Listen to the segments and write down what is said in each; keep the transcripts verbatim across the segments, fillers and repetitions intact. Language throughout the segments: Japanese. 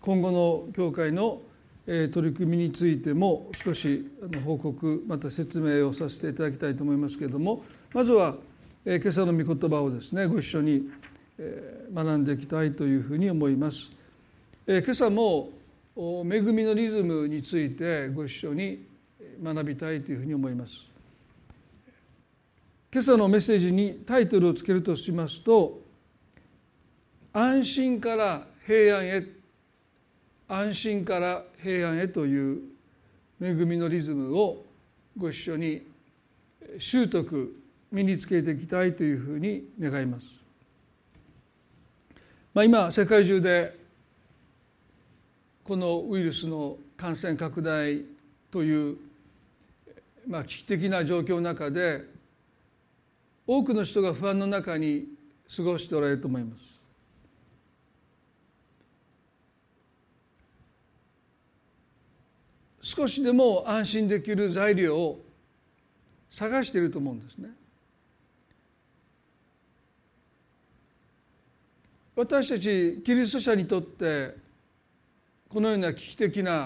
今後の教会の取り組みについても少し報告また説明をさせていただきたいと思いますけれども、まずは今朝の御言葉をですねご一緒に学んでいきたいというふうに思います。今朝も恵みのリズムについてご一緒に学びたいというふうに思います。今朝のメッセージにタイトルをつけるとしますと、安心から平安へ、安心から平安へという恵みのリズムをご一緒に習得身につけていきたいというふうに願います。まあ、今世界中でこのウイルスの感染拡大という、まあ、危機的な状況の中で多くの人が不安の中に過ごしておられると思います。少しでも安心できる材料を探していると思うんですね。私たちキリスト者にとってこのような危機的な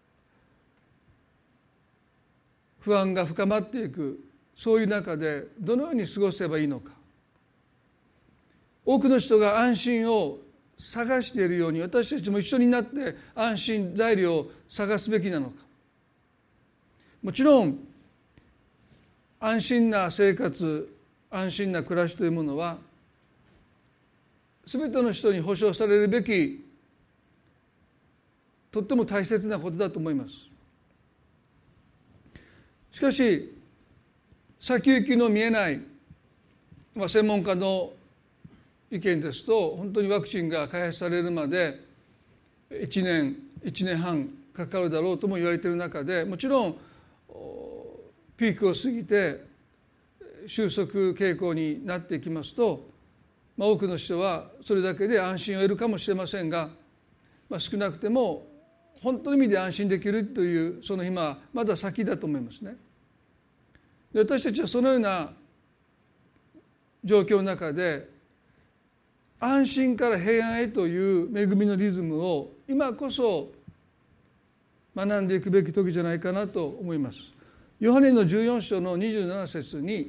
不安が深まっていく、そういう中でどのように過ごせばいいのか、多くの人が安心を探しているように私たちも一緒になって安心材料を探すべきなのか。もちろん安心な生活、安心な暮らしというものはすべての人に保障されるべきとっても大切なことだと思います。しかし先行きの見えない、まあ、専門家の意見ですと、本当にワクチンが開発されるまでいちねん、いちねんはんかかるだろうとも言われている中で、もちろんピークを過ぎて収束傾向になっていきますと、まあ、多くの人はそれだけで安心を得るかもしれませんが、まあ、少なくても本当の意味で安心できるというその日はまだ先だと思いますね。で、私たちはそのような状況の中で安心から平安へという恵みのリズムを今こそ学んでいくべき時じゃないかなと思います。ヨハネのじゅうよん章のにじゅうなな節に、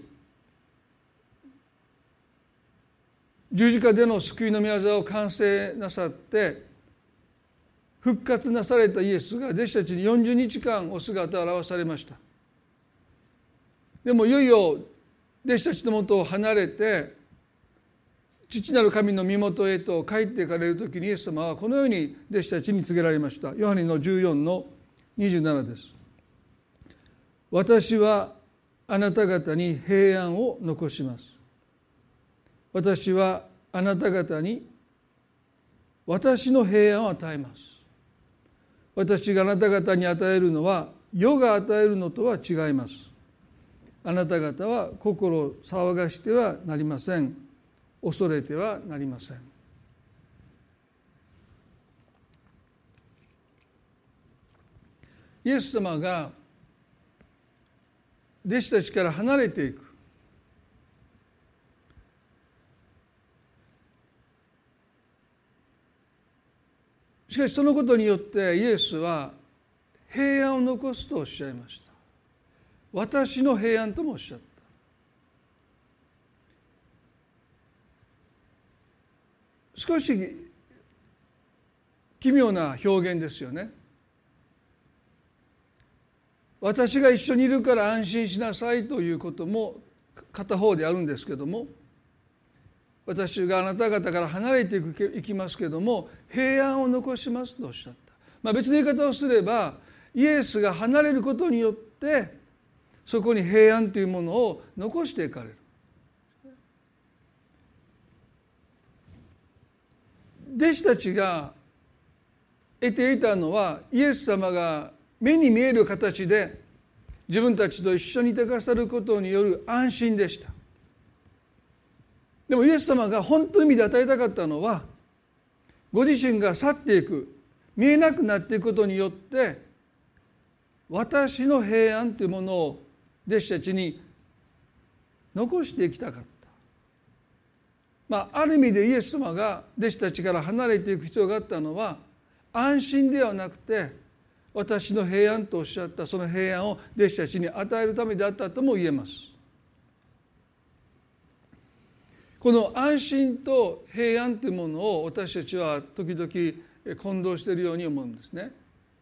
十字架での救いの御業を完成なさって復活なされたイエスが弟子たちによんじゅうにちかんお姿を現されました。でもいよいよ弟子たちのもとを離れて父なる神の身元へと帰っていかれるときに、イエス様はこのように弟子たちに告げられました。ヨハネのじゅうよんのにじゅうななです。私はあなた方に平安を残します。私はあなた方に私の平安を与えます。私があなた方に与えるのは世が与えるのとは違います。あなた方は心を騒がしてはなりません。恐れてはなりません。イエス様が弟子たちから離れていく、しかしそのことによってイエスは平安を残すとおっしゃいました。私の平安ともおっしゃった。少し奇妙な表現ですよね。私が一緒にいるから安心しなさいということも片方であるんですけども、私があなた方から離れていくいきますけども平安を残しますとおっしゃった。まあ、別の言い方をすればイエスが離れることによってそこに平安というものを残していかれる。弟子たちが得ていたのはイエス様が目に見える形で自分たちと一緒にいてくださることによる安心でした。でもイエス様が本当の意味で与えたかったのは、ご自身が去っていく、見えなくなっていくことによって私の平安というものを弟子たちに残していきたかった。まあ、ある意味でイエス様が弟子たちから離れていく必要があったのは、 安心ではなくて、私の平安とおっしゃったその平安を弟子たちに与えるためであったとも言えます。この安心と平安というものを私たちは時々混同しているように思うんですね。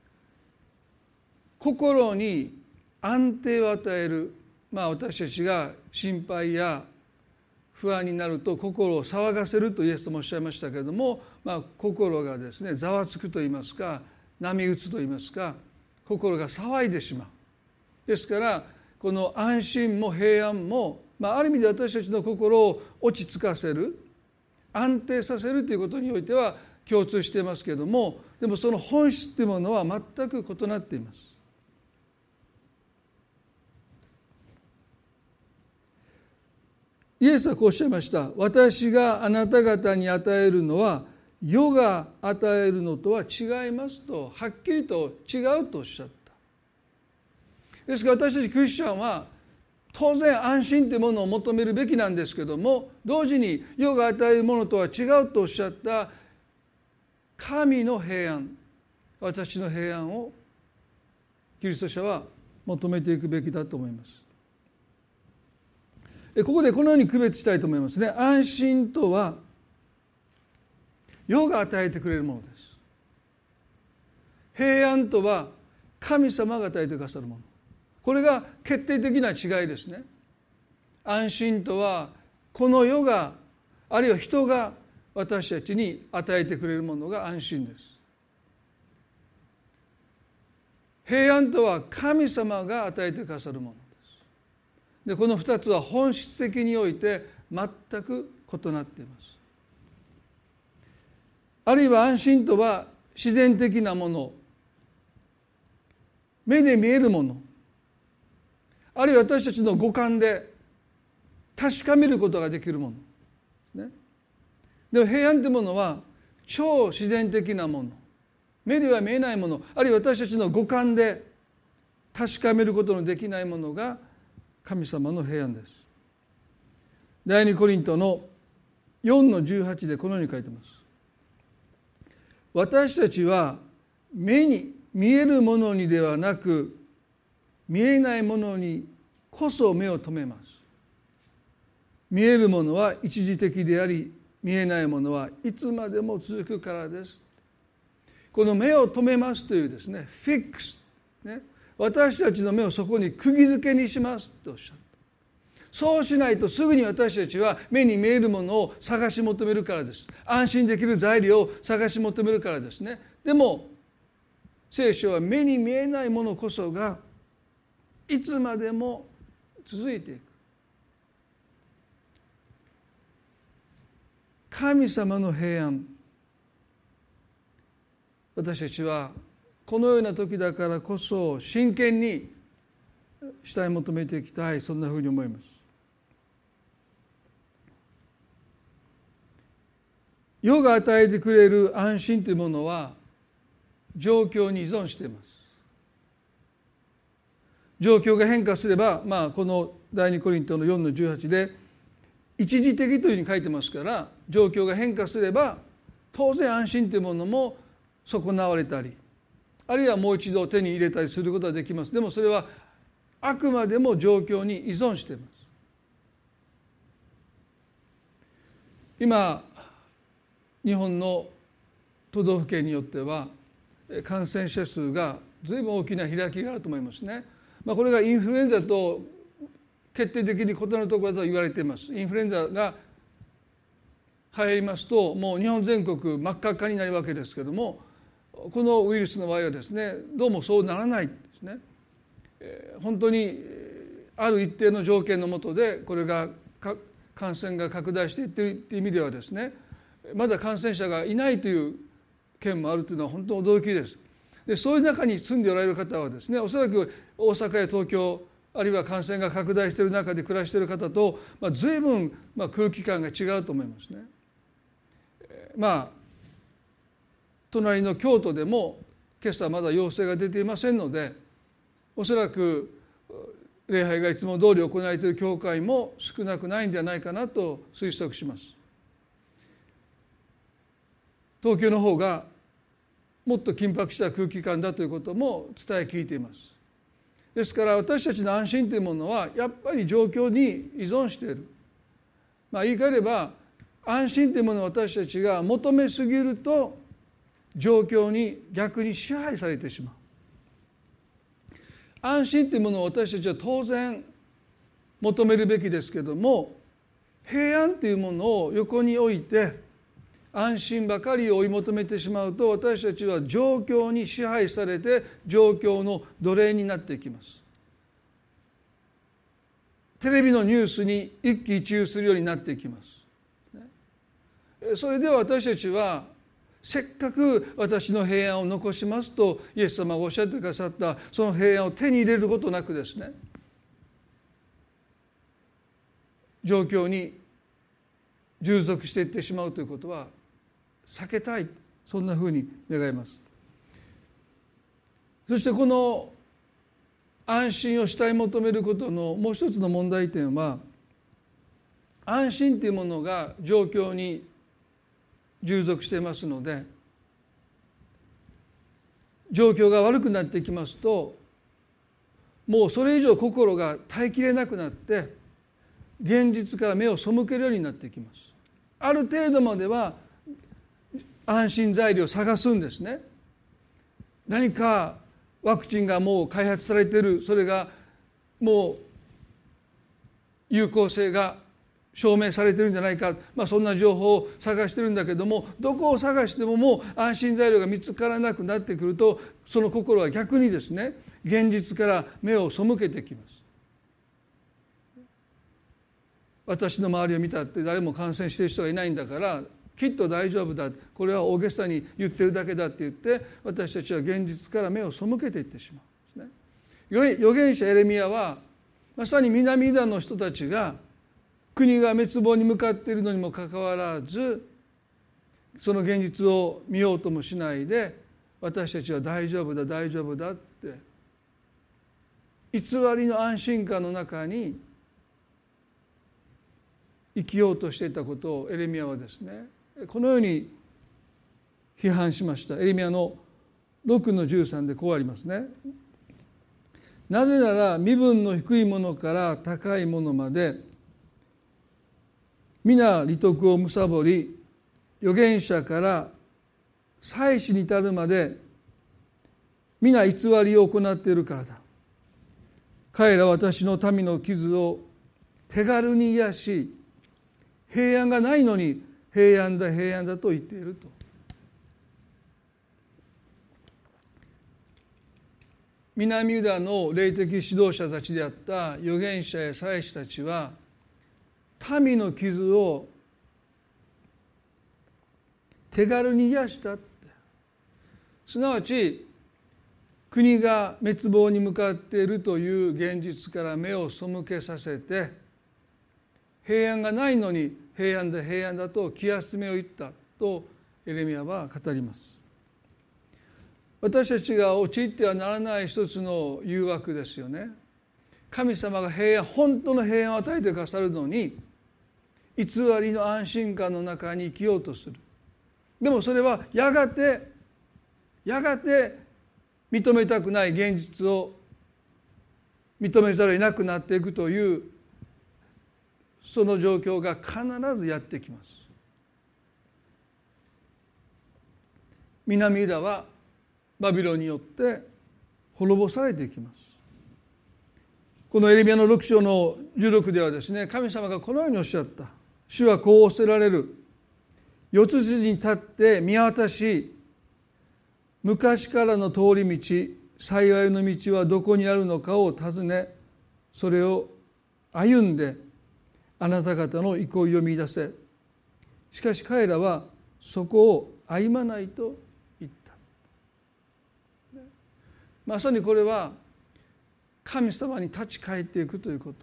心に安定を与える、まあ、私たちが心配や不安になると心を騒がせるとイエスもおっしゃいましたけれども、まあ、心がですねざわつくといいますか、波打つといいますか、心が騒いでしまう。ですからこの安心も平安も、まあ、ある意味で私たちの心を落ち着かせる、安定させるということにおいては共通していますけれども、でもその本質というものは全く異なっています。イエスはこうおっしゃいました。私があなた方に与えるのは世が与えるのとは違いますと、はっきりと違うとおっしゃった。ですから私たちクリスチャンは当然安心というものを求めるべきなんですけども、同時に世が与えるものとは違うとおっしゃった神の平安、私の平安をキリスト者は求めていくべきだと思います。ここでこのように区別したいと思いますね。安心とは世が与えてくれるものです。平安とは神様が与えてくださるもの。これが決定的な違いですね。安心とはこの世が、あるいは人が私たちに与えてくれるものが安心です。平安とは神様が与えてくださるものです。でこの二つは本質的において全く異なっています。あるいは安心とは自然的なもの、目で見えるもの、あるいは私たちの五感で確かめることができるもの、ね、でも平安というものは超自然的なもの、目では見えないもの、あるいは私たちの五感で確かめることのできないものが神様の平安です。第二コリントのよんのじゅうはちでこのように書いてます。私たちは目に見えるものにではなく、見えないものにこそ目を留めます。見えるものは一時的であり、見えないものはいつまでも続くからです。この目を留めますというですね、フィックス、ね、私たちの目をそこに釘付けにしますとおっしゃった。そうしないとすぐに私たちは目に見えるものを探し求めるからです。安心できる材料を探し求めるからですね。でも聖書は目に見えないものこそがいつまでも続いていく。神様の平安、私たちはこのような時だからこそ真剣に主体求めていきたい、そんなふうに思います。世が与えてくれる安心というものは状況に依存しています。状況が変化すれば、まあ、この第二コリントのよんのじゅうはちで一時的というふうに書いてますから、状況が変化すれば当然安心というものも損なわれたり、あるいはもう一度手に入れたりすることができます。でもそれはあくまでも状況に依存しています。今日本の都道府県によっては感染者数が随分大きな開きがあると思いますね。まあ、これがインフルエンザと決定的に異なるところだと言われています。インフルエンザが流行りますともう日本全国真っ赤っかになるわけですけれども、このウイルスの場合はですね、どうもそうならないですね。本当にある一定の条件の下でこれが感染が拡大していっているという意味ではですね、まだ感染者がいないという県もあるというのは本当に驚きです。でそういう中に住んでおられる方はですね、おそらく大阪や東京あるいは感染が拡大している中で暮らしている方と、まあ、随分まあ空気感が違うと思いますね。まあ隣の京都でも今朝まだ陽性が出ていませんので、おそらく礼拝がいつも通り行われている教会も少なくないんではないかなと推測します。東京の方がもっと緊迫した空気感だということも伝え聞いています。ですから私たちの安心というものはやっぱり状況に依存している。まあ言い換えれば安心というものを私たちが求めすぎると状況に逆に支配されてしまう。安心というものを私たちは当然求めるべきですけども、平安というものを横に置いて安心ばかりを追い求めてしまうと、私たちは状況に支配されて状況の奴隷になっていきます。テレビのニュースに一喜一憂するようになっていきます。それでは私たちはせっかく私の平安を残しますとイエス様がおっしゃってくださったその平安を手に入れることなくですね、状況に従属していってしまうということは避けたい、そんなふうに願います。そしてこの安心を主体求めることのもう一つの問題点は、安心というものが状況に従属していますので、状況が悪くなってきますともうそれ以上心が耐えきれなくなって現実から目を背けるようになってきます。ある程度までは安心材料を探すんですね。何かワクチンがもう開発されている、それがもう有効性が証明されているんじゃないか、まあ、そんな情報を探してるんだけども、どこを探してももう安心材料が見つからなくなってくると、その心は逆にですね、現実から目を背けてきます。私の周りを見たって誰も感染している人がいないんだからきっと大丈夫だ、これは大げさに言ってるだけだって言って私たちは現実から目を背けていってしまうんですね。預言者エレミヤはまさに南ユダの人たちが国が滅亡に向かっているのにもかかわらず、その現実を見ようともしないで、私たちは大丈夫だ大丈夫だって偽りの安心感の中に生きようとしていたことをエレミヤはですね、このように批判しました。エレミヤのろくのじゅうさんでこうありますね。なぜなら身分の低いものから高いものまで皆利得を貪り、預言者から祭司に至るまで皆偽りを行っているからだ。彼らは私の民の傷を手軽に癒し、平安がないのに平安だ平安だと言っていると。南ユダの霊的指導者たちであった預言者や祭司たちは民の傷を手軽に癒したって、すなわち国が滅亡に向かっているという現実から目を背けさせて、平安がないのに平安だ平安だと気休めを言ったとエレミヤは語ります。私たちが陥ってはならない一つの誘惑ですよね。神様が平安、本当の平安を与えてくださるのに偽りの安心感の中に生きようとする。でもそれはやがてやがて認めたくない現実を認めざるを得なくなっていくという、その状況が必ずやってきます。南ユダはバビロンによって滅ぼされていきます。このエレミヤのろく章のじゅうろくではですね、神様がこのようにおっしゃった。主はこう仰せられる。四つ筋に立って見渡し、昔からの通り道、幸いの道はどこにあるのかを尋ね、それを歩んであなた方の憩いを見出せ。しかし彼らはそこを歩まないと言った。まさにこれは神様に立ち返っていくということ。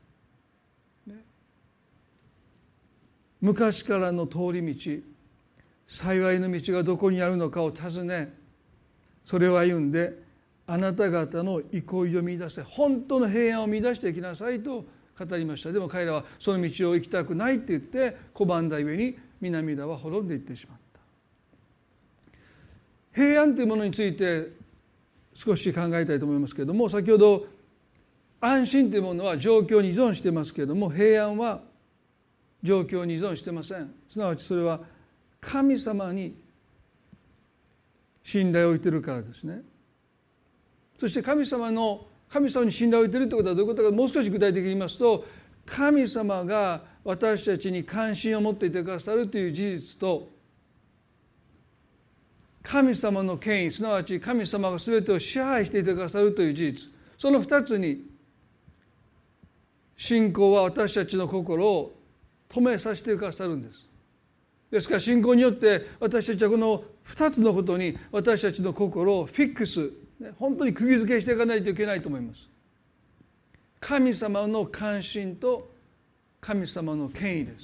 昔からの通り道、幸いの道がどこにあるのかを尋ね、それを歩んであなた方の憩いを見出せ、本当の平安を見出していきなさいと語りました。でも彼らはその道を行きたくないって言って拒んだゆえに南ユダは滅んでいってしまった。 平安というものについて少し考えたいと思いますけれども、先ほど安心というものは状況に依存していますけれども、平安は状況に依存していません。すなわちそれは神様に信頼を置いているからですね。そして神様の神様に信頼を置いているということはどういうことか、もう少し具体的に言いますと、神様が私たちに関心を持っていてくださるという事実と、神様の権威、すなわち神様が全てを支配していてくださるという事実、その二つに信仰は私たちの心を止めさせてくださるんです。ですから信仰によって私たちはこの二つのことに私たちの心をフィックス、本当に釘付けしていかないといけないと思います。神様の関心と神様の権威です。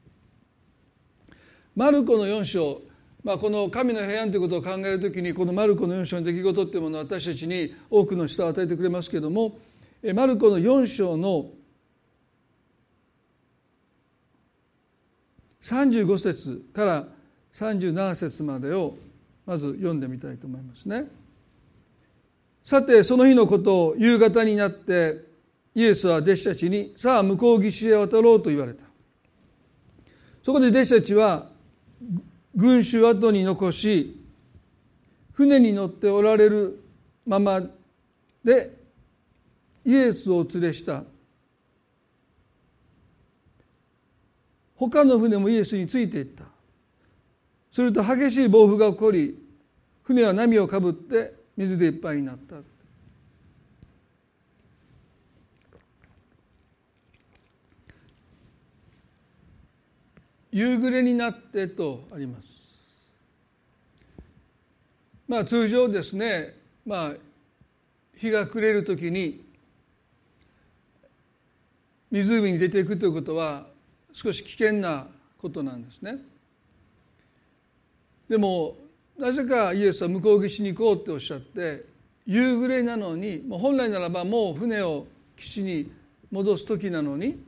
マルコのよん章、まあ、この神の平安ということを考えるときに、このマルコのよん章の出来事というものは私たちに多くの示唆を与えてくれますけれども、マルコのよん章のさんじゅうご節からさんじゅうなな節までをまず読んでみたいと思いますね。さてその日のことを夕方になってイエスは弟子たちに、さあ向こう岸へ渡ろうと言われた。そこで弟子たちは群衆を後に残し、船に乗っておられるままでイエスをお連れした。他の船もイエスについていった。すると激しい暴風が起こり、船は波をかぶって水でいっぱいになった。夕暮れになってとあります。まあ通常ですね、まあ日が暮れるときに湖に出ていくということは少し危険なことなんですね。でもなぜかイエスは向こう岸に行こうっておっしゃって、夕暮れなのに、もう本来ならばもう船を岸に戻す時なのに、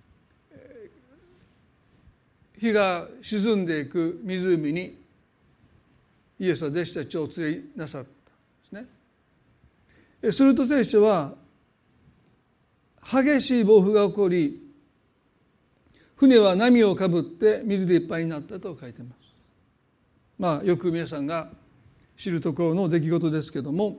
日が沈んでいく湖にイエスは弟子たちをお連れなさったんですね。すると聖書は激しい暴風が起こり、船は波をかぶって水でいっぱいになったと書いています。まあよく皆さんが知るところの出来事ですけども、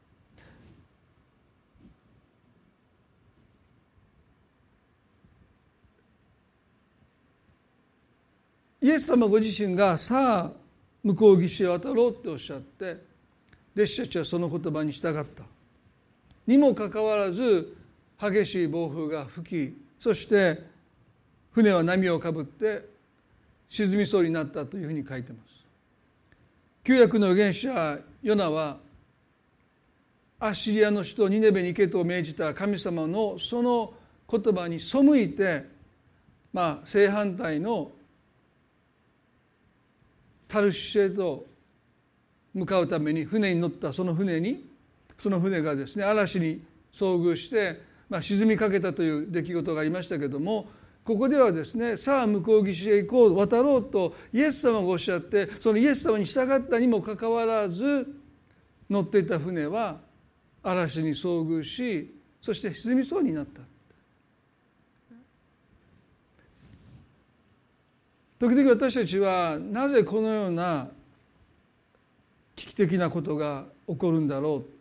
イエス様ご自身がさあ向こう岸へ渡ろうっておっしゃって、弟子たちはその言葉に従ったにもかかわらず、激しい暴風が吹き、そして船は波をかぶって沈みそうになったというふうに書いています。旧約の預言者ヨナはアッシリアの首都ニネベに行けと命じた神様のその言葉に背いて、まあ正反対のタルシシへと向かうために船に乗った。その船にその船がですね嵐に遭遇して、まあ、沈みかけたという出来事がありましたけれども、ここではですね、さあ向こう岸へ行こう、渡ろうとイエス様がおっしゃって、そのイエス様に従ったにもかかわらず、乗っていた船は嵐に遭遇し、そして沈みそうになった。時々私たちはなぜこのような危機的なことが起こるんだろ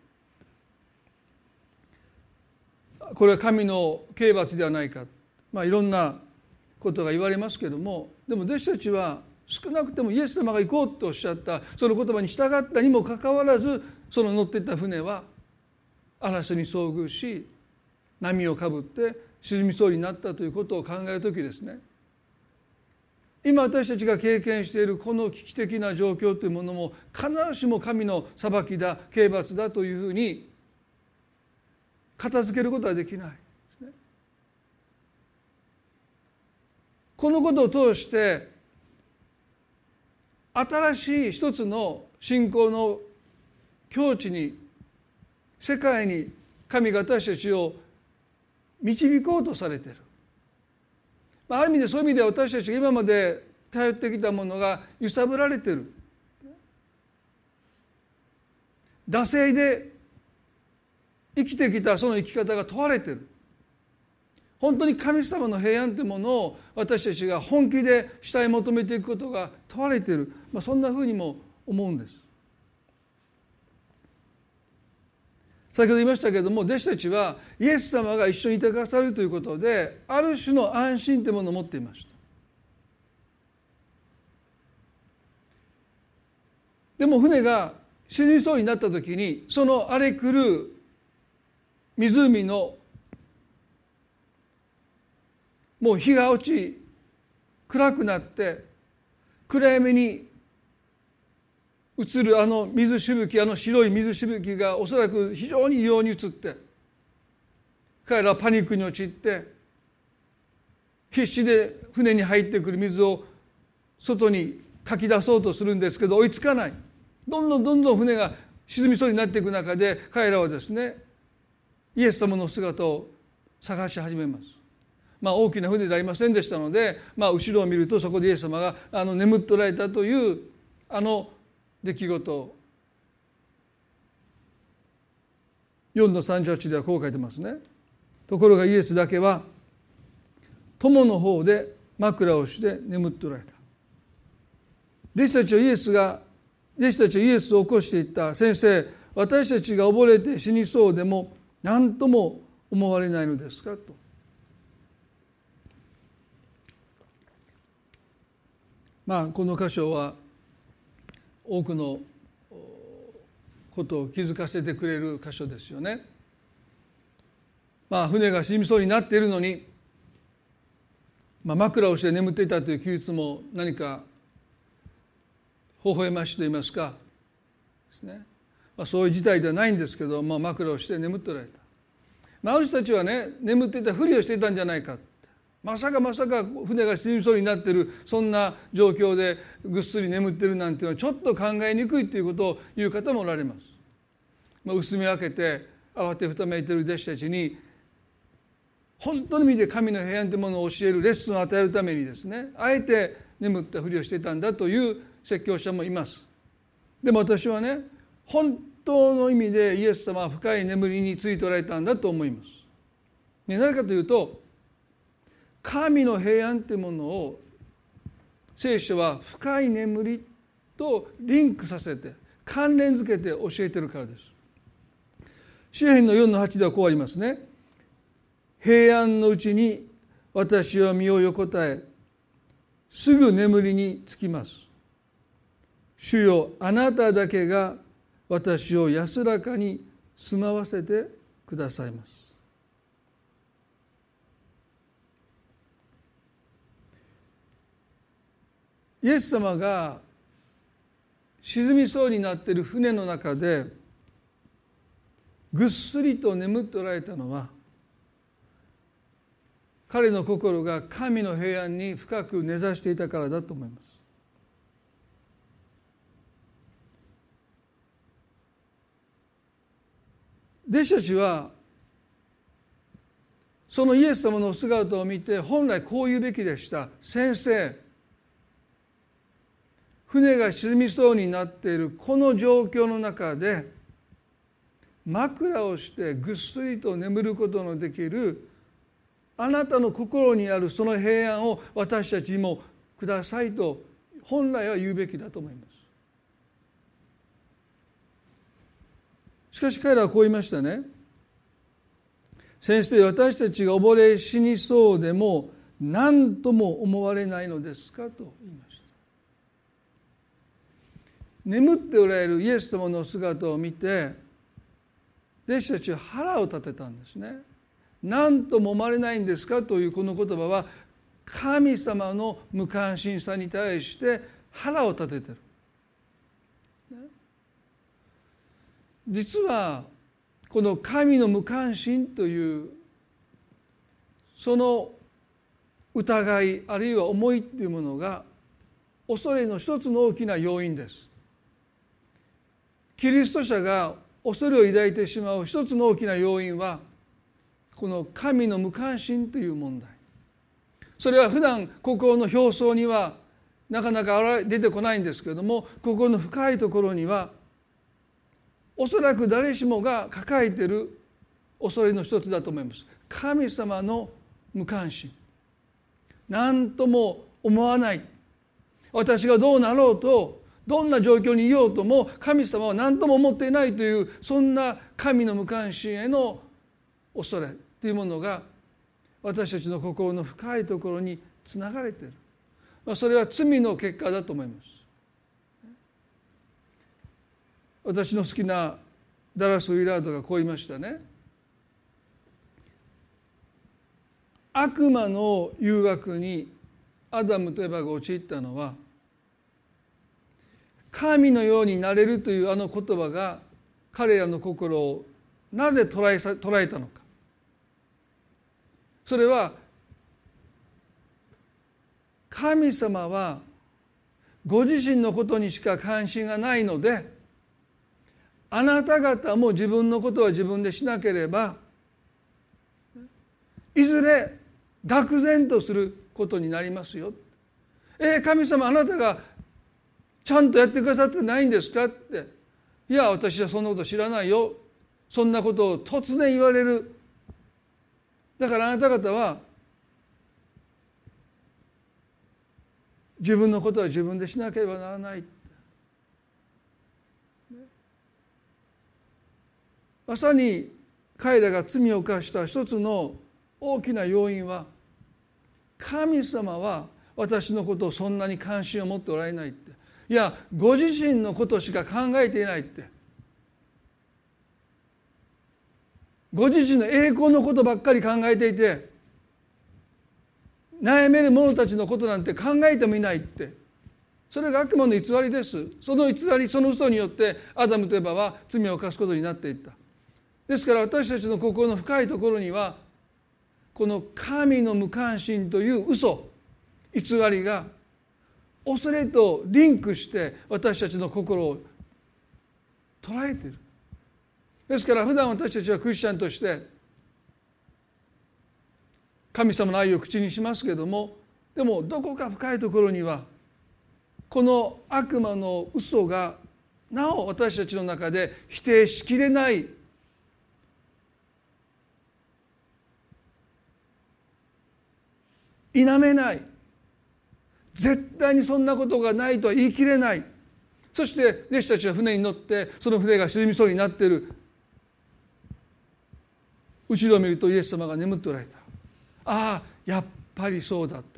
う、これは神の刑罰ではないか、まあいろんなことが言われますけれども、でも弟子たちは少なくともイエス様が行こうとおっしゃったその言葉に従ったにもかかわらず、その乗っていた船は嵐に遭遇し、波をかぶって沈みそうになったということを考えるときですね、今私たちが経験しているこの危機的な状況というものも必ずしも神の裁きだ、刑罰だというふうに片付けることはできないですね。このことを通して新しい一つの信仰の境地に、世界に神が私たちを導こうとされている。ある意味でそういう意味では私たちが今まで頼ってきたものが揺さぶられている。 惰性で生きてきたその生き方が問われている。本当に神様の平安というものを私たちが本気で主体求めていくことが問われている、まあ、そんなふうにも思うんです。先ほど言いましたけれども、弟子たちはイエス様が一緒にいてくださるということである種の安心というものを持っていました。でも船が沈みそうになった時に、その荒れ狂う湖のもう日が落ち暗くなって暗闇に映るあの水しぶき、あの白い水しぶきがおそらく非常に異様に映って、彼らはパニックに陥って必死で船に入ってくる水を外にかき出そうとするんですけど追いつかない。どんどんどんどん船が沈みそうになっていく中で、彼らはですね、イエス様の姿を探し始めます。まあ、大きな船ではありませんでしたので、まあ、後ろを見るとそこでイエス様があの眠っておられたというあの出来事をよんのさんじゅうはちではこう書いてますね。ところがイエスだけは友の方で枕をして眠っておられた。弟子たちはイエスが弟子たちはイエスを起こしていった。先生、私たちが溺れて死にそうでも何とも思われないのですかと。まあこの箇所は多くのことを気づかせてくれる箇所ですよね。まあ船が沈みそうになっているのに、まあ、枕をして眠っていたという記述も何か微笑ましと言いますかですね、まあ、そういう事態ではないんですけど、まあ、枕をして眠っておられた。まあ、ある人たちはね、眠っていたふりをしていたんじゃないか、まさかまさか船が沈みそうになっているそんな状況でぐっすり眠っているなんていうのはちょっと考えにくいということを言う方もおられます。まあ、薄目を開けて慌てふためいている弟子たちに本当の意味で神の平安というものを教えるレッスンを与えるためにですね、あえて眠ったふりをしていたんだという説教者もいます。でも私はね、本当の意味でイエス様は深い眠りについておられたんだと思います。なぜかというと、神の平安というものを聖書は深い眠りとリンクさせて関連づけて教えているからです。詩編のよんのはちではこうありますね。平安のうちに私は身を横たえ、すぐ眠りにつきます。主よ、あなただけが私を安らかに住まわせてくださいます。イエス様が沈みそうになっている船の中でぐっすりと眠っておられたのは、彼の心が神の平安に深く根ざしていたからだと思います。弟子たちはそのイエス様の姿を見て本来こう言うべきでした。先生、船が沈みそうになっているこの状況の中で枕をしてぐっすりと眠ることのできるあなたの心にあるその平安を私たちにもくださいと本来は言うべきだと思います。しかし彼らはこう言いましたね。先生、私たちが溺れ死にそうでも何とも思われないのですかと言いました。眠っておられるイエス様の姿を見て弟子たちは腹を立てたんですね。何とも思われないんですかというこの言葉は神様の無関心さに対して腹を立ててる。実はこの神の無関心というその疑いあるいは思いというものが恐れの一つの大きな要因です。キリスト者が恐れを抱いてしまう一つの大きな要因はこの神の無関心という問題。それは普段心の表層にはなかなか出てこないんですけれども、心の深いところにはおそらく誰しもが抱えている恐れの一つだと思います。神様の無関心、何とも思わない、私がどうなろうとどんな状況にいようとも神様は何とも思っていないという、そんな神の無関心への恐れというものが私たちの心の深いところにつながれている。それは罪の結果だと思います。私の好きなダラス・ウィラードがこう言いましたね。悪魔の誘惑にアダムとエバが陥ったのは、神のようになれるというあの言葉が彼らの心をなぜ捉えさ、捉えたのか。それは神様はご自身のことにしか関心がないので、あなた方も自分のことは自分でしなければいずれ愕然とすることになりますよ。えー、神様あなたがちゃんとやってくださってないんですかって、いや私はそんなこと知らないよ、そんなことを突然言われる。だからあなた方は自分のことは自分でしなければならない。まさに彼らが罪を犯した一つの大きな要因は、神様は私のことをそんなに関心を持っておられないって、いやご自身のことしか考えていないって、ご自身の栄光のことばっかり考えていて、悩める者たちのことなんて考えてもいないって、それが悪魔の偽りです。その偽り、その嘘によってアダムとエバは罪を犯すことになっていった。ですから私たちの心の深いところには、この神の無関心という嘘、偽りが恐れとリンクして私たちの心を捉えている。ですから普段私たちはクリスチャンとして神様の愛を口にしますけれども、でもどこか深いところにはこの悪魔の嘘がなお私たちの中で否定しきれない、否めない、絶対にそんなことがないとは言い切れない。そして弟子たちは船に乗ってその船が沈みそうになっている。後ろを見るとイエス様が眠っておられた。ああやっぱりそうだった。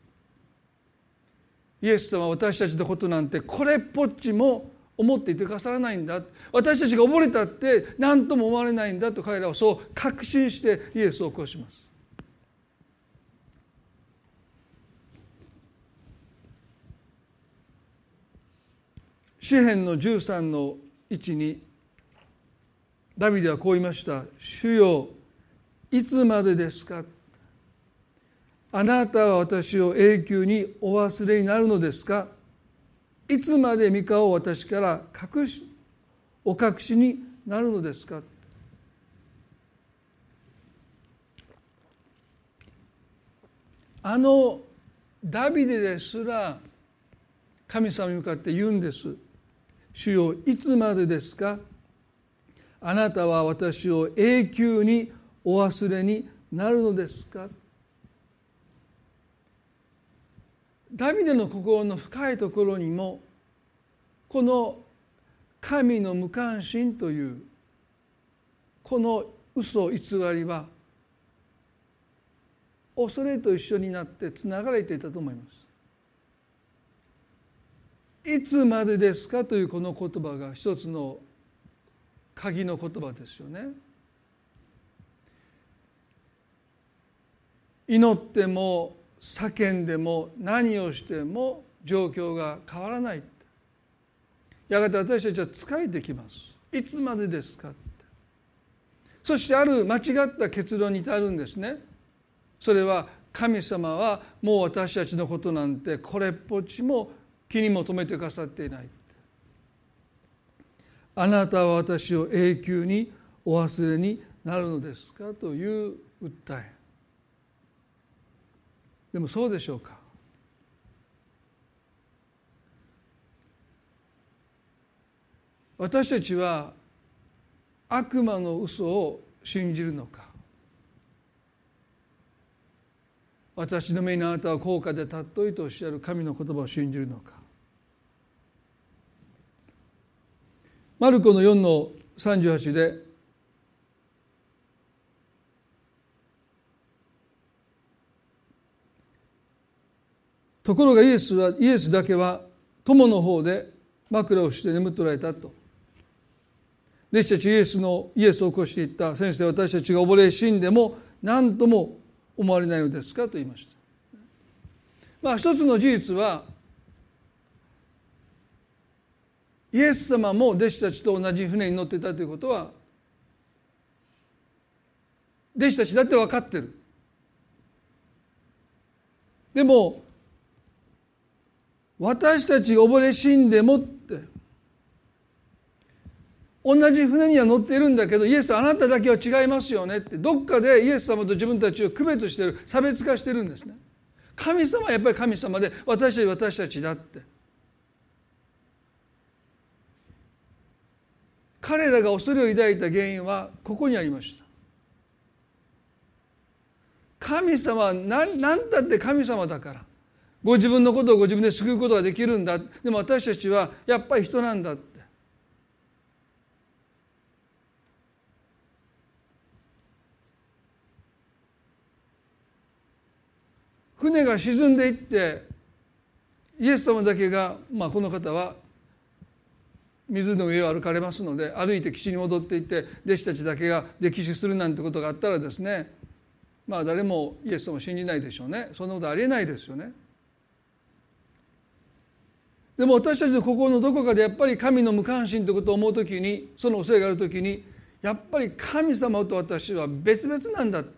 イエス様は私たちのことなんてこれっぽっちも思っていてくださらないんだ。私たちが溺れたって何とも思われないんだと彼らはそう確信してイエスを起こします。詩編のじゅうさんのいちにダビデはこう言いました。主よいつまでですか。あなたは私を永久にお忘れになるのですか。いつまで御顔を私から隠しお隠しになるのですか。あのダビデですら神様に向かって言うんです。主よいつまでですか。あなたは私を永久にお忘れになるのですか。ダビデの心の深いところにもこの神の無関心というこの嘘偽りは恐れと一緒になってつながれていたと思います。いつまでですかというこの言葉が一つの鍵の言葉ですよね。祈っても叫んでも何をしても状況が変わらない。やがて私たちは疲れてきます。いつまでですかって。そしてある間違った結論に至るんですね。それは神様はもう私たちのことなんてこれっぽっちも気にも留めてくださっていない。あなたは私を永久にお忘れになるのですかという訴え。でもそうでしょうか。私たちは悪魔の嘘を信じるのか、私の目にあなたは高価で尊いとおっしゃる神の言葉を信じるのか。マルコのよんのさんじゅうはちで、ところがイエスはイエスだけは友の方で枕をして眠っておられたと。弟子たちイエスのイエスを起こしていった。先生、私たちが溺れ死んでも何とも思われないのですかと言いました。まあ一つの事実は、イエス様も弟子たちと同じ船に乗っていたということは弟子たちだって分かってる。でも私たちが溺れ死んでもって、同じ船には乗っているんだけど、イエスあなただけは違いますよねって、どっかでイエス様と自分たちを区別している、差別化しているんですね。神様はやっぱり神様で、私たちは私たちだって。彼らが恐れを抱いた原因はここにありました。神様は何、何だって神様だから、ご自分のことをご自分で救うことができるんだ。でも私たちはやっぱり人なんだって。船が沈んでいってイエス様だけが、まあ、この方は水の上を歩かれますので、歩いて岸に戻っていって弟子たちだけが溺死するなんてことがあったらですね、まあ誰もイエス様を信じないでしょうね。そんなことありえないですよね。でも私たちの心のどこかでやっぱり神の無関心ということを思うときに、その恐れがあるときに、やっぱり神様と私は別々なんだって、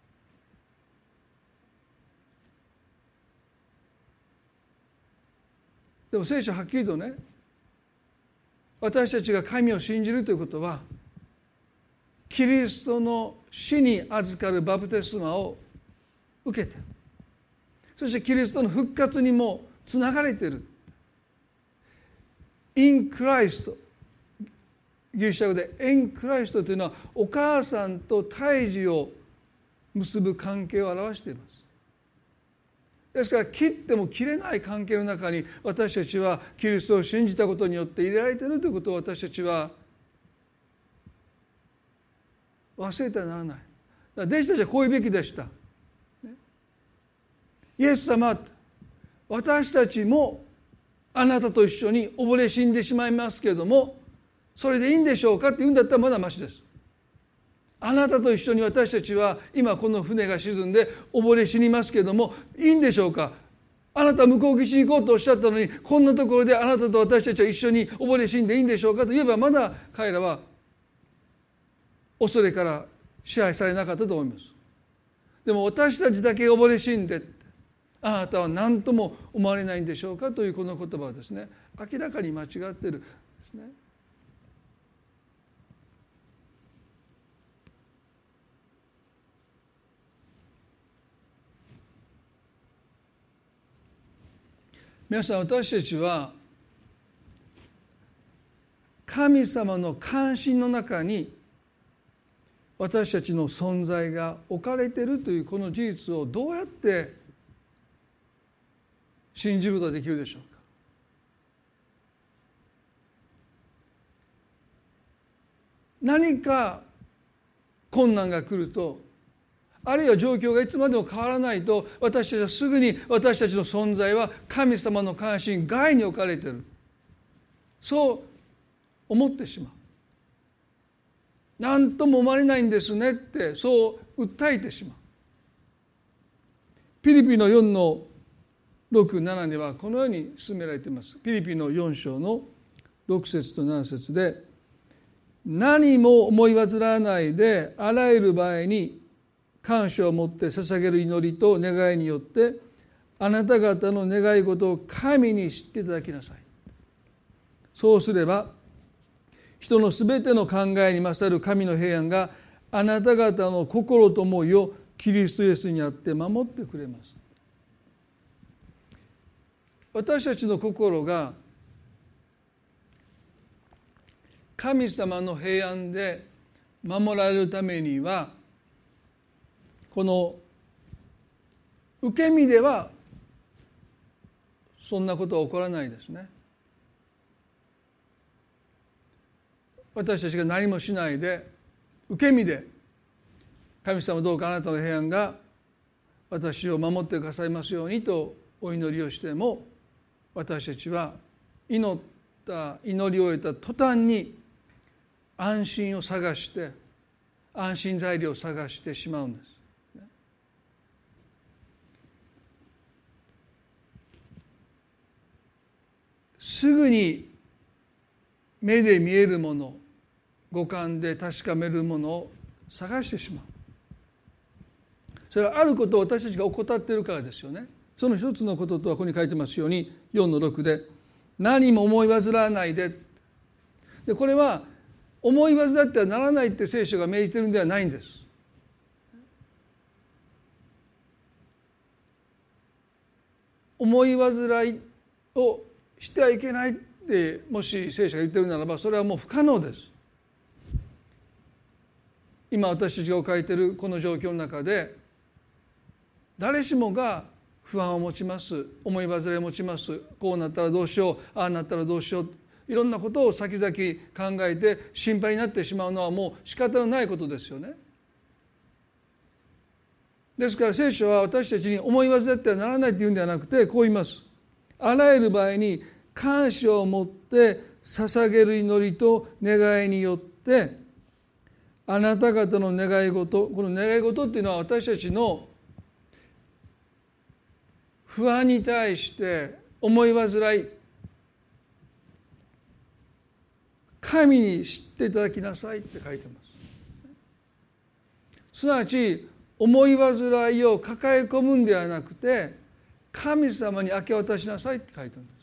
でも聖書はっきりとね、私たちが神を信じるということは、キリストの死に預かるバプテスマを受けて、そしてキリストの復活にもつながれている。in Christ、 ギリシャ語で in Christ というのはお母さんと胎児を結ぶ関係を表しています。ですから切っても切れない関係の中に私たちはキリストを信じたことによって入れられているということを私たちは忘れてはならない。弟子たちはこう言うべきでした。イエス様、私たちもあなたと一緒に溺れ死んでしまいますけれども、それでいいんでしょうかって言うんだったらまだましです。あなたと一緒に私たちは今この船が沈んで溺れ死にますけれども、いいんでしょうか。あなたは向こう岸に行こうとおっしゃったのに、こんなところであなたと私たちは一緒に溺れ死んでいいんでしょうかと言えば、まだ彼らは恐れから支配されなかったと思います。でも私たちだけ溺れ死んで、あなたは何とも思われないんでしょうかというこの言葉はですね、明らかに間違っているですね。皆さん、私たちは神様の関心の中に私たちの存在が置かれているというこの事実をどうやって信じることができるでしょうか。何か困難が来ると、あるいは状況がいつまでも変わらないと、私たちはすぐに私たちの存在は神様の関心外に置かれている、そう思ってしまう。何とも思われないんですねってそう訴えてしまう。ピリピのよんのろく、ななにはこのように進められています。ピリピのよん章のろく節となな節で、何も思い煩わないであらゆる場合に感謝を持って捧げる祈りと願いによってあなた方の願い事を神に知っていただきなさい。そうすれば人のすべての考えに勝る神の平安があなた方の心と思いをキリストイエスにあって守ってくれます。私たちの心が神様の平安で守られるためには、この受け身ではそんなことは起こらないですね。私たちが何もしないで受け身で、神様どうかあなたの平安が私を守ってくださいますようにとお祈りをしても、私たちは祈った祈りを終えた途端に安心を探して安心材料を探してしまうんです。すぐに目で見えるもの、五感で確かめるものを探してしまう。それはあることを私たちが怠っているからですよね。その一つのこととはここに書いてますように、よんのろくで何も思い煩わないで。でこれは思い煩ってはならないって聖書が命じているんではないんです。思い煩いをしてはいけないってもし聖書が言っているならば、それはもう不可能です。今私たちが置かれているこの状況の中で、誰しもが不安を持ちます、思い煩いを持ちます。こうなったらどうしよう、ああなったらどうしよう、いろんなことを先々考えて心配になってしまうのはもう仕方のないことですよね。ですから聖書は私たちに思い煩ってはならないというんではなくて、こう言います。あらゆる場合に感謝を持って捧げる祈りと願いによって、あなた方の願い事、この願い事っていうのは私たちの不安に対して思い煩い、神に知っていただきなさいって書いてます。すなわち思い煩いを抱え込むんではなくて、神様に明け渡しなさいって書いてあるんです。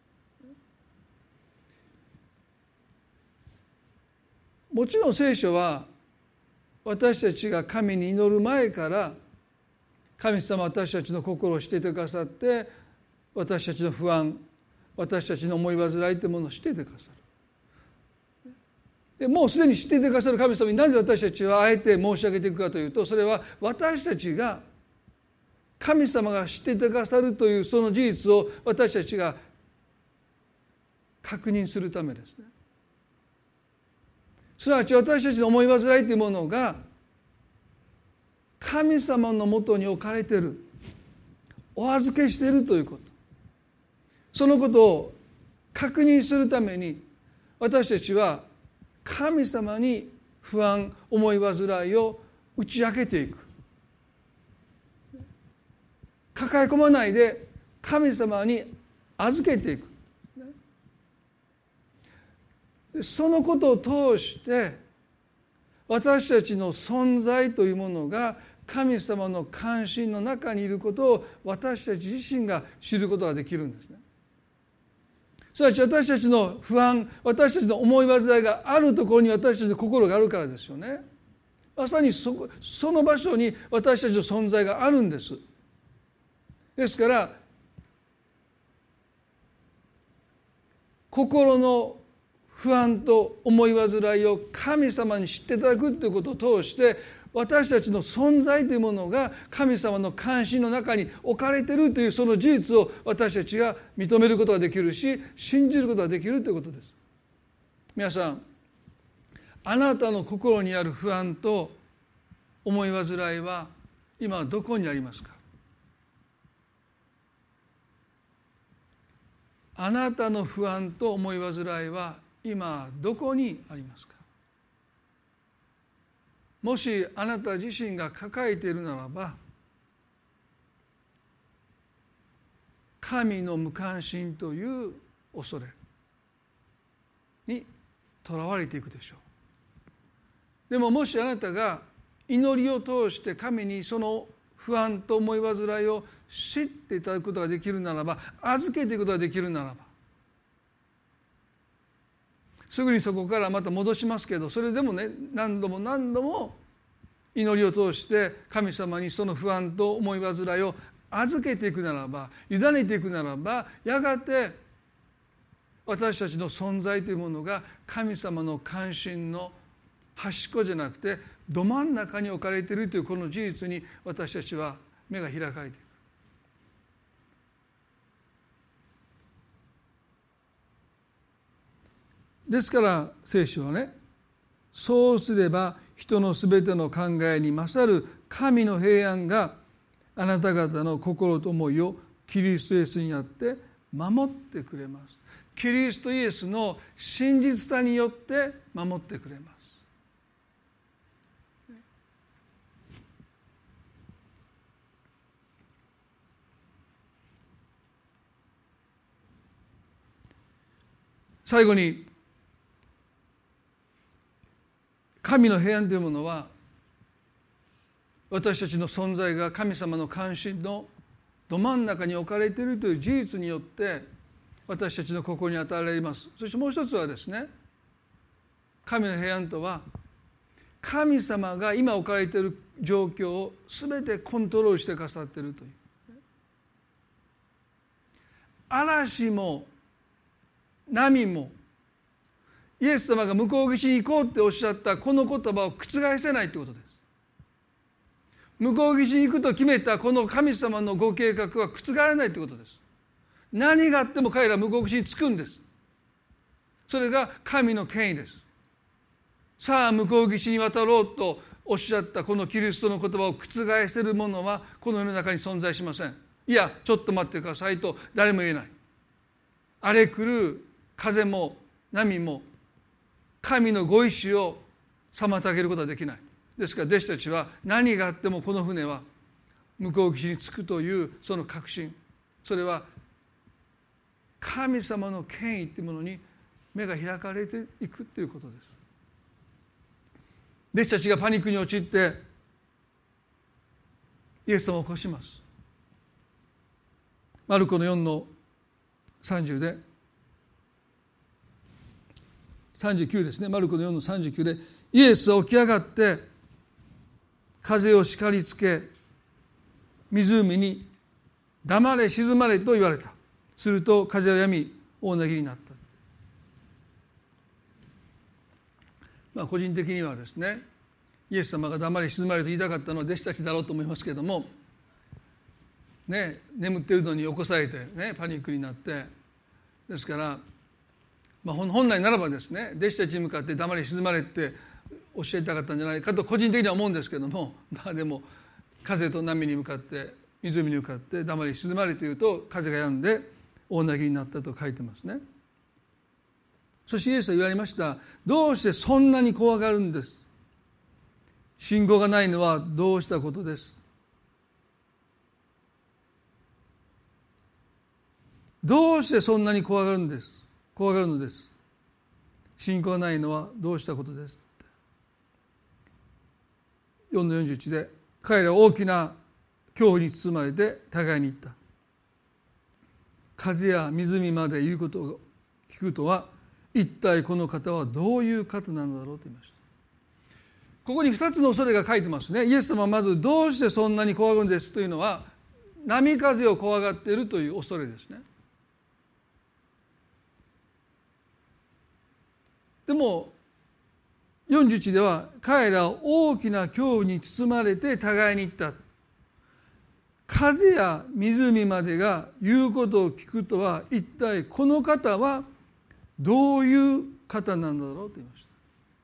もちろん聖書は私たちが神に祈る前から神様は私たちの心を知っていてくださって、私たちの不安、私たちの思い煩いというものを知っていてくださる。でもうすでに知っていてくださる神様になぜ私たちはあえて申し上げていくかというと、それは私たちが神様が知っていてくださるというその事実を私たちが確認するためですね。すなわち私たちの思い煩いというものが神様のもとに置かれている、お預けしているということ、そのことを確認するために私たちは神様に不安、思い煩いを打ち明けていく。抱え込まないで神様に預けていく。そのことを通して私たちの存在というものが神様の関心の中にいることを私たち自身が知ることができるんですね。すなわち私たちの不安、私たちの思い煩いがあるところに私たちの心があるからですよね。まさにそこ、その場所に私たちの存在があるんです。ですから心の不安と思い煩いを神様に知っていただくということを通して、私たちの存在というものが神様の関心の中に置かれているというその事実を私たちが認めることができるし、信じることができるということです。皆さん、あなたの心にある不安と思い煩いは今どこにありますか？あなたの不安と思い煩いは今どこにありますか？もしあなた自身が抱えているならば、神の無関心という恐れにとらわれていくでしょう。でももしあなたが祈りを通して神にその不安と思い煩いを知っていただくことができるならば、預けていくことができるならば、すぐにそこからまた戻しますけど、それでもね、何度も何度も祈りを通して神様にその不安と思い煩いを預けていくならば、委ねていくならば、やがて私たちの存在というものが神様の関心の端っこじゃなくてど真ん中に置かれているというこの事実に私たちは目が開かれていく。ですから聖書はね、そうすれば人のすべての考えに勝る神の平安があなた方の心と思いをキリストイエスにあって守ってくれます。キリストイエスの真実さによって守ってくれます。最後に神の平安というものは私たちの存在が神様の関心のど真ん中に置かれているという事実によって私たちの心に与えられます。そしてもう一つはですね、神の平安とは神様が今置かれている状況を全てコントロールしてくださっているという、嵐も波もイエス様が向こう岸に行こうっておっしゃったこの言葉を覆せないということです。向こう岸に行くと決めたこの神様のご計画は覆らないということです。何があっても彼らは向こう岸に着くんです。それが神の権威です。さあ向こう岸に渡ろうとおっしゃったこのキリストの言葉を覆せるものはこの世の中に存在しません。いやちょっと待ってくださいと誰も言えない。荒れ狂う風も波も神のご意志を妨げることはできない。ですから弟子たちは何があってもこの船は向こう岸に着くというその確信、それは神様の権威というものに目が開かれていくということです。弟子たちがパニックに陥ってイエス様を起こします。マルコのよんのさんじゅうでさんじゅうきゅうですね。マルコのよんのさんじゅうきゅうでイエスは起き上がって風を叱りつけ湖に黙れ静まれと言われた。すると風は止み大なぎになった。まあ個人的にはですね、イエス様が黙れ静まれと言いたかったのは弟子たちだろうと思いますけれどもね、眠っているのに起こされてねパニックになって、ですからまあ、本来ならばですね弟子たちに向かって黙れ静まれって教えたかったんじゃないかと個人的には思うんですけども、まあでも風と波に向かって湖に向かって黙れ静まれというと風が止んで大なぎになったと書いてますね。そしてイエスは言われました。どうしてそんなに怖がるんです。信仰がないのはどうしたことです。どうしてそんなに怖がるんです怖がるのです。信仰がないのはどうしたことです。よんのよんじゅういちで彼らは大きな恐怖に包まれて互いに言った。風や湖まで言うことを聞くとは一体この方はどういう方なのだろうと言いました。ここにふたつの恐れが書いてますね。イエス様はまずどうしてそんなに怖がるんですというのは波風を怖がっているという恐れですね。でもよんじゅういちでは彼らは大きな恐怖に包まれて互いに言った。風や湖までが言うことを聞くとは一体この方はどういう方なんだろうと言いました。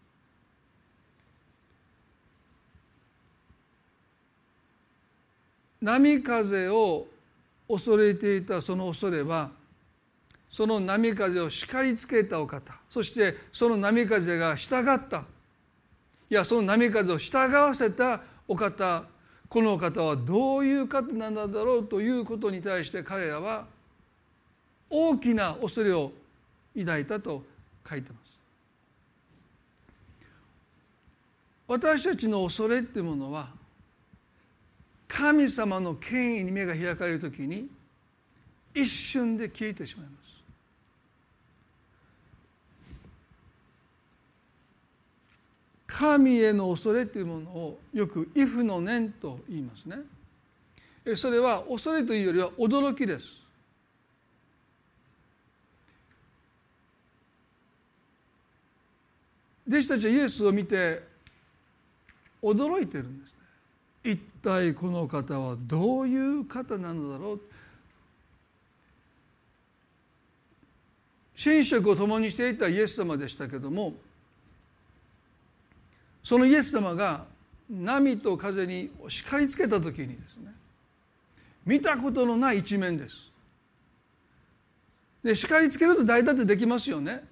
波風を恐れていたその恐れはその波風を叱りつけたお方、そしてその波風が従った、いやその波風を従わせたお方、このお方はどういう方なんだろうということに対して彼らは大きな恐れを抱いたと書いてます。私たちの恐れっていうものは神様の権威に目が開かれるときに一瞬で消えてしまいます。神への恐れというものをよく畏怖の念と言いますね。それは恐れというよりは驚きです。 弟子たちはイエスを見て驚いてるんですね。一体この方はどういう方なのだろう。寝食を共にしていたイエス様でしたけども、そのイエス様が波と風に叱りつけた時にですね、見たことのない一面です。で、叱りつけると大体できますよね。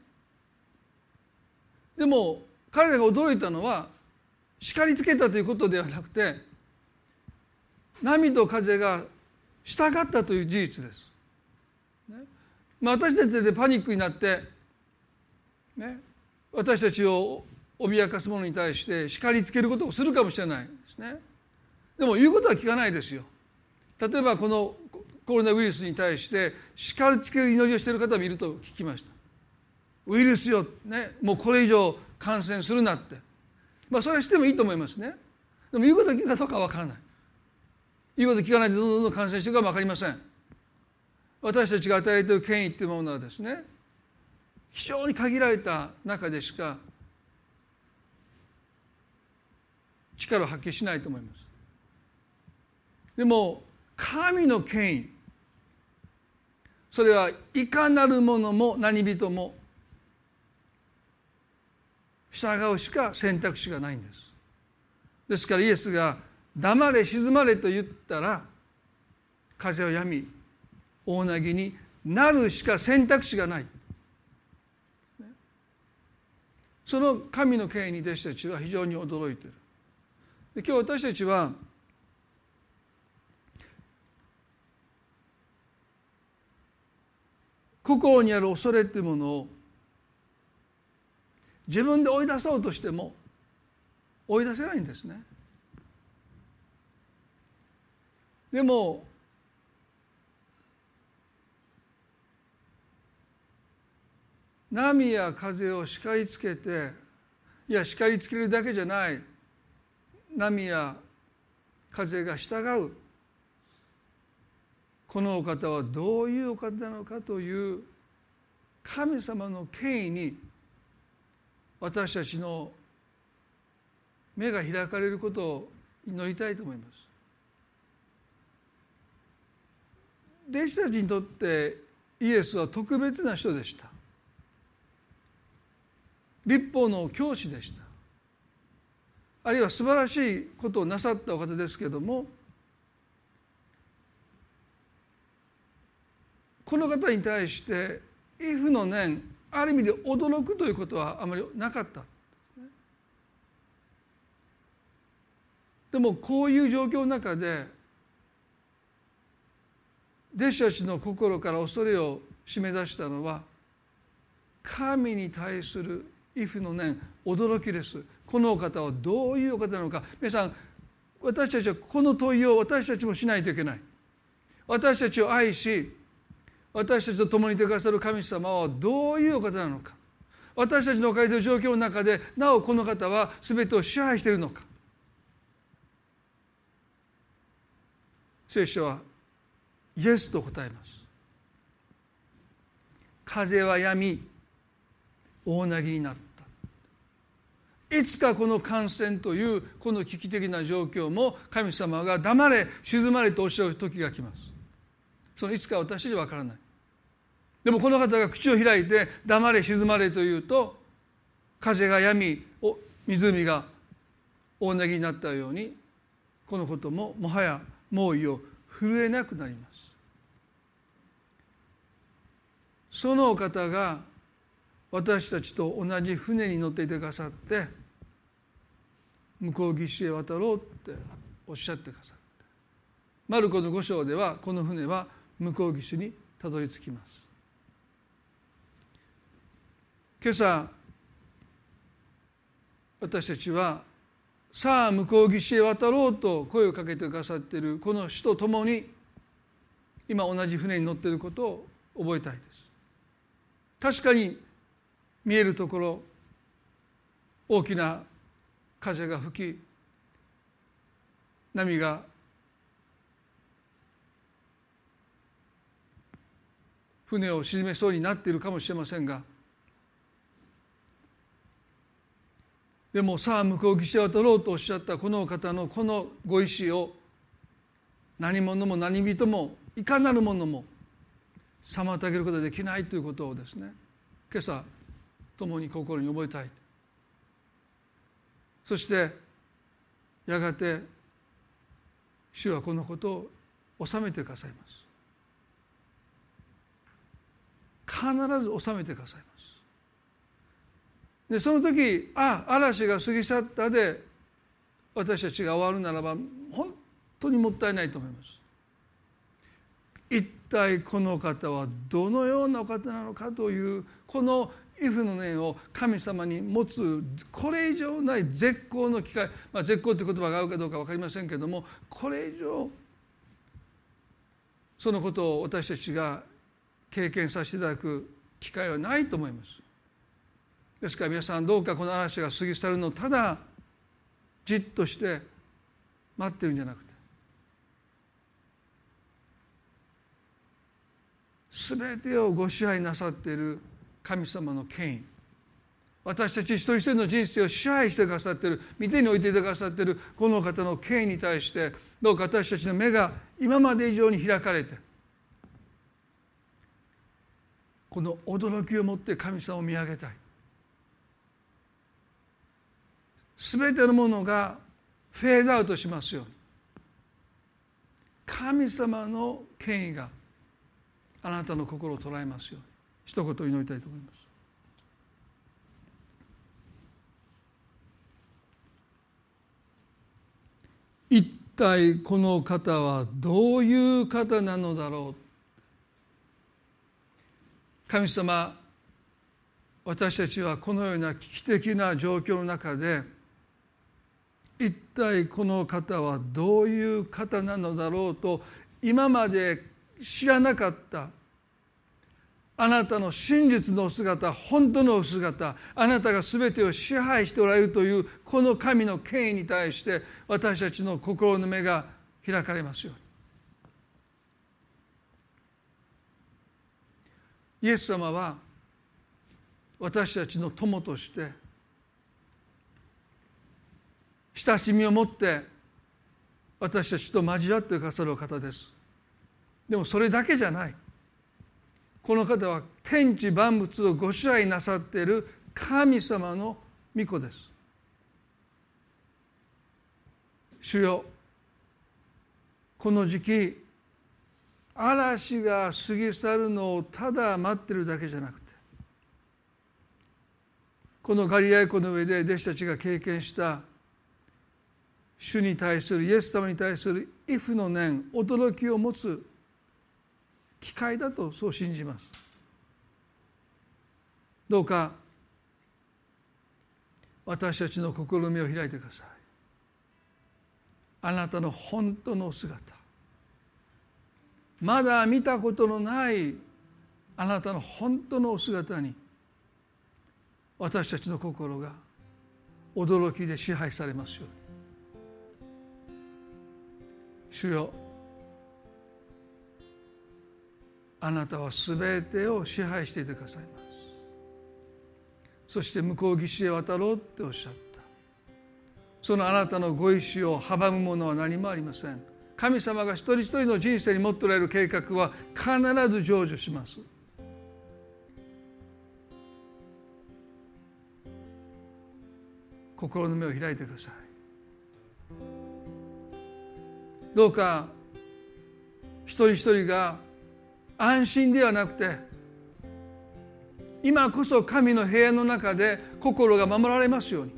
でも彼らが驚いたのは叱りつけたということではなくて、波と風が従ったという事実です、ね。まあ、私たちでパニックになって、ね、私たちを脅かす者に対して叱りつけることをするかもしれないですね。でも言うことは聞かないですよ。例えばこのコロナウイルスに対して叱りつける祈りをしている方もいると聞きました。ウイルスよ、ね、もうこれ以上感染するなって、まあそれはしてもいいと思いますね。でも言うことを聞くかどうかは分からない。言うことを聞かないでどんどんどんどん感染していくかも分かりません。私たちが与えられている権威というものはですね、非常に限られた中でしか力を発揮しないと思います。でも神の権威、それはいかなるものも何人も従うしか選択肢がないんです。ですからイエスが黙れ静まれと言ったら、風はやみ大なぎになるしか選択肢がない。その神の権威に弟子たちは非常に驚いている。で、今日私たちは心にある恐れというものを自分で追い出そうとしても追い出せないんですね。でも波や風を叱りつけて、いや叱りつけるだけじゃない、波や風が従う、このお方はどういうお方なのかという神様の権威に私たちの目が開かれることを祈りたいと思います。弟子たちにとってイエスは特別な人でした。律法の教師でした。あるいは素晴らしいことをなさったお方ですけれども、この方に対して畏怖の念、ある意味で驚くということはあまりなかった。でもこういう状況の中で弟子たちの心から恐れを締め出したのは、神に対する畏怖の念、驚きです。このお方はどういうお方なのか。皆さん、私たちはこの問いを私たちもしないといけない。私たちを愛し、私たちと共にいてくださる神様はどういうお方なのか。私たちの置かれている状況の中でなおこの方は全てを支配しているのか。聖書はイエスと答えます。風はやみ大なぎになった。いつかこの感染というこの危機的な状況も神様が黙れ静まれとおっしゃる時が来ます。そのいつか私じゃわからない。でもこの方が口を開いて黙れ静まれというと、風がやみ湖が大なぎになったように、このことももはや猛威を震えなくなります。そのお方が私たちと同じ船に乗っていてくださって、向こう岸へ渡ろうっておっしゃってくださって、マルコのご章ではこの船は向こう岸にたどり着きます。今朝私たちはさあ向こう岸へ渡ろうと声をかけてくださっているこの主と共に今同じ船に乗っていることを覚えたいです。確かに見えるところ大きな風が吹き、波が船を沈めそうになっているかもしれませんが、 でもさあ向こう岸へ渡ろうとおっしゃったこのお方のこのご意志を何者も何人もいかなるものも妨げることができないということをですね、今朝共に心に覚えたい。そしてやがて主はこのことを収めてくださいます。必ず収めてくださいます。でその時、あ嵐が過ぎ去ったで私たちが終わるならば本当にもったいないと思います。一体この方はどのようなお方なのかというこのイフの念を神様に持つこれ以上ない絶好の機会、まあ、絶好という言葉が合うかどうか分かりませんけれども、これ以上そのことを私たちが経験させていただく機会はないと思います。ですから皆さんどうかこの嵐が過ぎ去るのをただじっとして待ってるんじゃなくて、すべてをご支配なさっている神様の権威、私たち一人一人の人生を支配してくださっている、御手に置いてくださっているこの方の権威に対してどうか私たちの目が今まで以上に開かれて、この驚きを持って神様を見上げたい。すべてのものがフェードアウトしますように、神様の権威があなたの心を捉えますように一言祈りたいと思います。一体この方はどういう方なのだろう。神様、私たちはこのような危機的な状況の中で一体この方はどういう方なのだろうと今まで知らなかったあなたの真実のお姿、本当のお姿、あなたが全てを支配しておられるというこの神の権威に対して私たちの心の目が開かれますように。イエス様は私たちの友として親しみを持って私たちと交わってくださるお方です。でもそれだけじゃない。この方は天地万物をご支配なさっている神様の御子です。主よ、この時期嵐が過ぎ去るのをただ待っているだけじゃなくて、このガリラヤ湖の上で弟子たちが経験した主に対するイエス様に対する畏怖の念、驚きを持つ機会だとそう信じます。どうか私たちの心の目を開いてください。あなたの本当の姿、まだ見たことのないあなたの本当のお姿に私たちの心が驚きで支配されますように。主よ、あなたはすべてを支配していてくださいます。そして向こう岸へ渡ろうっておっしゃった。そのあなたのご意志を阻むものは何もありません。神様が一人一人の人生に持っておられる計画は必ず成就します。心の目を開いてください。どうか一人一人が安心ではなくて、今こそ神の部屋の中で心が守られますように。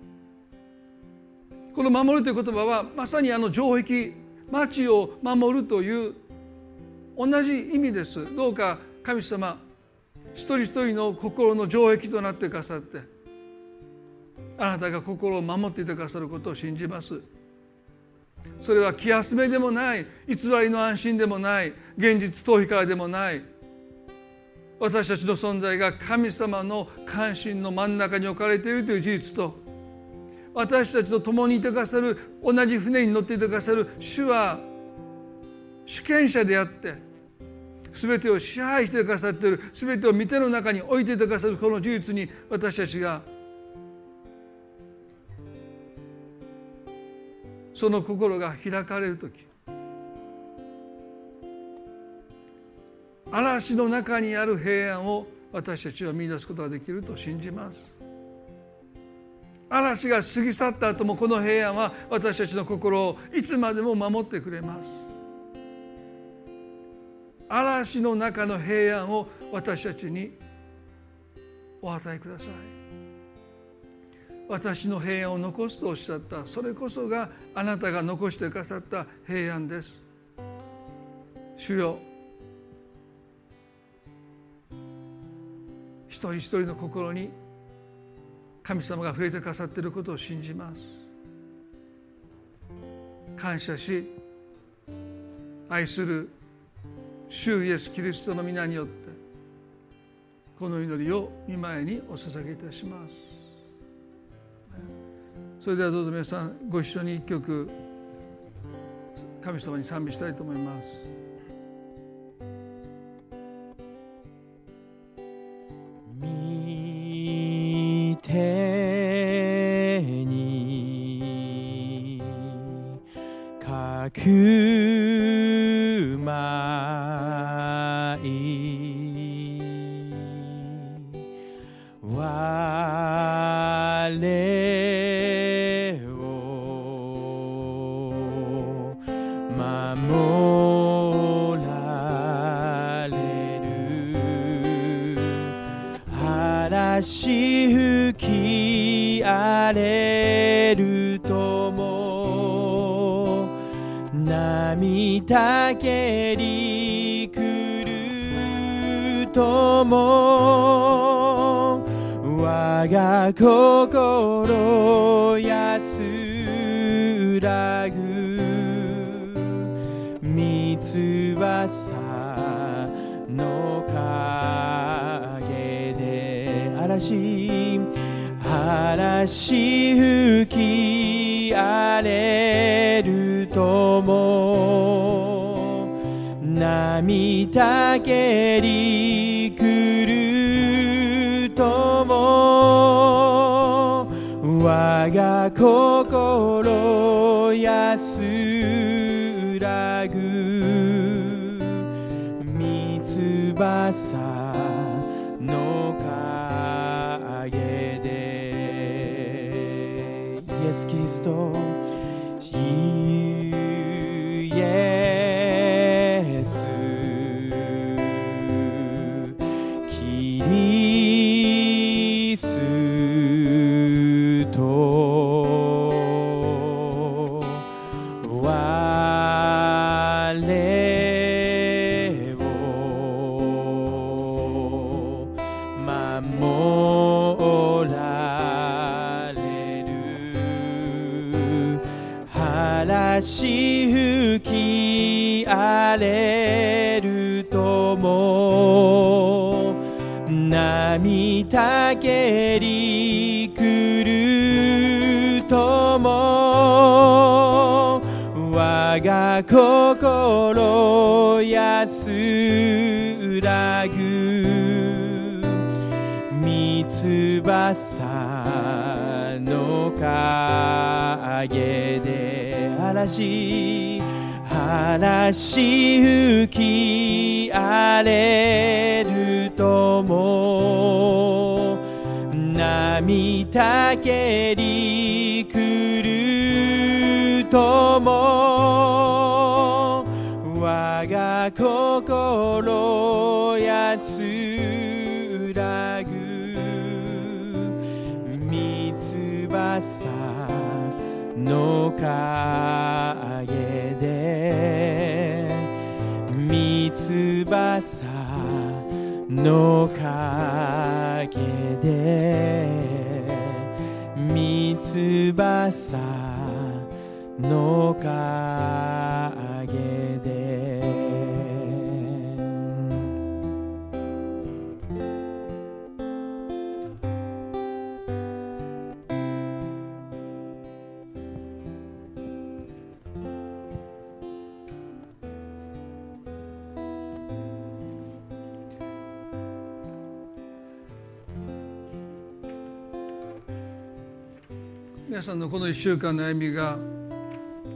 この守るという言葉はまさにあの城壁、町を守るという同じ意味です。どうか神様、一人一人の心の城壁となってくださって、あなたが心を守っていてくださることを信じます。それは気休めでもない、偽りの安心でもない、現実逃避からでもない、私たちの存在が神様の関心の真ん中に置かれているという事実と、私たちと共にいてくださる、同じ船に乗っていてくださる主は主権者であって、全てを支配してくださっている、全てを御手の中に置いていてくださるこの事実に私たちがその心が開かれるとき、嵐の中にある平安を私たちは見出すことができると信じます。嵐が過ぎ去った後もこの平安は私たちの心をいつまでも守ってくれます。嵐の中の平安を私たちにお与えください。私の平安を残すとおっしゃった、それこそがあなたが残してくださった平安です。主よ、一人一人の心に神様が触れてくださっていることを信じます。感謝し、愛する主イエスキリストの皆によってこの祈りを御前にお捧げいたします。それではどうぞ皆さんご一緒に一曲神様に賛美したいと思います。 見てにかくまい我を守られる嵐吹き荒れるとも波たけり来るとも我が心安らぐ三翼の陰で嵐嵐吹き荒れるとも波たけり来るとも我が心安らぐ三翼の陰でイエスキリストイエスキリスト我を守られる嵐吹き荒れるとも波たけり来るとも我が心安らぐ三翼の陰で嵐嵐吹き荒れるとも波たけり来るとも我が心安らぐ三翼の陰で三翼の陰で三翼の陰で皆さんのこのいっしゅうかんの歩みが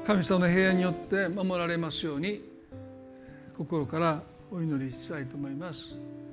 神様の平安によって守られますように心からお祈りしたいと思います。